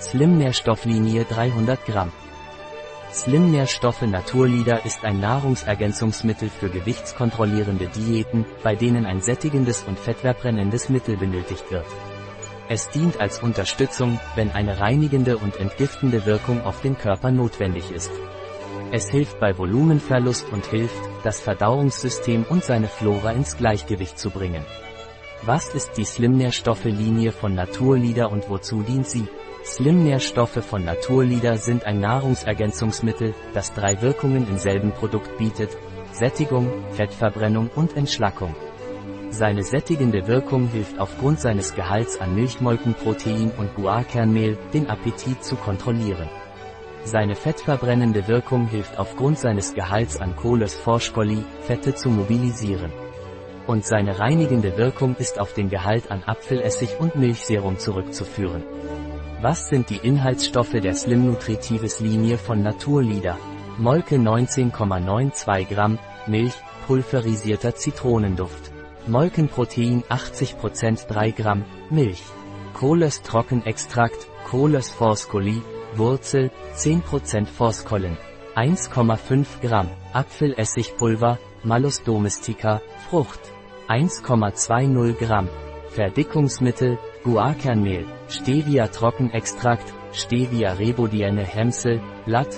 Slim-Nährstofflinie 300 Gramm. Slim-Nährstoffe Naturleader ist ein Nahrungsergänzungsmittel für gewichtskontrollierende Diäten, bei denen ein sättigendes und fettverbrennendes Mittel benötigt wird. Es dient als Unterstützung, wenn eine reinigende und entgiftende Wirkung auf den Körper notwendig ist. Es hilft bei Volumenverlust und hilft, das Verdauungssystem und seine Flora ins Gleichgewicht zu bringen. Was ist die Slim-Nährstoffe-Linie von Naturleader und wozu dient sie? Slim-Nährstoffe von Naturleader sind ein Nahrungsergänzungsmittel, das 3 Wirkungen im selben Produkt bietet: Sättigung, Fettverbrennung und Entschlackung. Seine sättigende Wirkung hilft aufgrund seines Gehalts an Milchmolkenprotein und Guarkernmehl, den Appetit zu kontrollieren. Seine fettverbrennende Wirkung hilft aufgrund seines Gehalts an Cholesterol, Fette zu mobilisieren. Und seine reinigende Wirkung ist auf den Gehalt an Apfelessig und Milchserum zurückzuführen. Was sind die Inhaltsstoffe der Slim Nutritives Linie von Naturleader? Molke 19,92 Gramm, Milch, pulverisierter Zitronenduft. Molkenprotein 80% 3 Gramm, Milch. Kohlers-Trockenextrakt, Kohlers Forskolli, Wurzel, 10% Forskolin. 1,5 Gramm. Apfelessigpulver, Malus domestica, Frucht. 1,20 Gramm. Verdickungsmittel, Guarkernmehl, Stevia-Trockenextrakt, Stevia rebaudienne Hemsel, Blatt,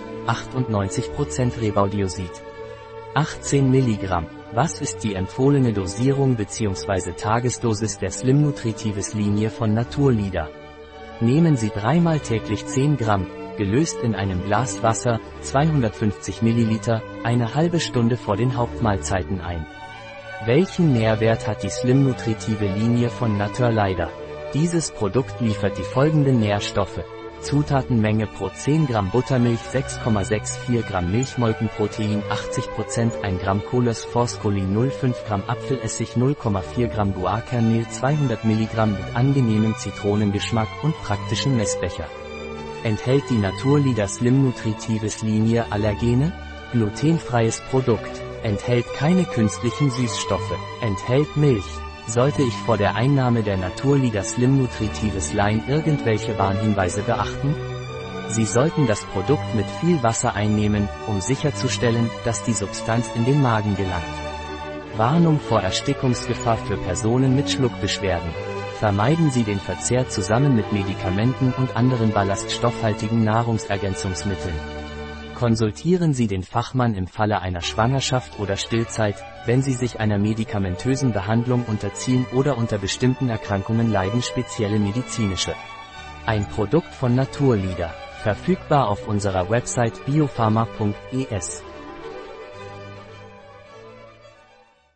98% Rebaudiosid. 18 Milligramm. Was ist die empfohlene Dosierung bzw. Tagesdosis der Slim Nutritives Linie von Naturleader? Nehmen Sie 3-mal täglich 10 Gramm, gelöst in einem Glas Wasser, 250 Milliliter, eine halbe Stunde vor den Hauptmahlzeiten ein. Welchen Nährwert hat die Slim Nutritive Linie von Naturleader? Dieses Produkt liefert die folgenden Nährstoffe: Zutatenmenge pro 10 Gramm Buttermilch 6,64 Gramm Milchmolkenprotein 80%, 1 Gramm Cholesterol 0,5 Gramm Apfelessig 0,4 Gramm Guarkernmehl 200 Milligramm mit angenehmem Zitronengeschmack und praktischen Messbecher. Enthält die Naturleader Slim Nutritives Linie Allergene? Glutenfreies Produkt. Enthält keine künstlichen Süßstoffe. Enthält Milch. Sollte ich vor der Einnahme der Naturleader Slim Nutritives Line irgendwelche Warnhinweise beachten? Sie sollten das Produkt mit viel Wasser einnehmen, um sicherzustellen, dass die Substanz in den Magen gelangt. Warnung vor Erstickungsgefahr für Personen mit Schluckbeschwerden. Vermeiden Sie den Verzehr zusammen mit Medikamenten und anderen ballaststoffhaltigen Nahrungsergänzungsmitteln. Konsultieren Sie den Fachmann im Falle einer Schwangerschaft oder Stillzeit, wenn Sie sich einer medikamentösen Behandlung unterziehen oder unter bestimmten Erkrankungen leiden, spezielle medizinische. Ein Produkt von Naturleader, verfügbar auf unserer Website biopharma.es.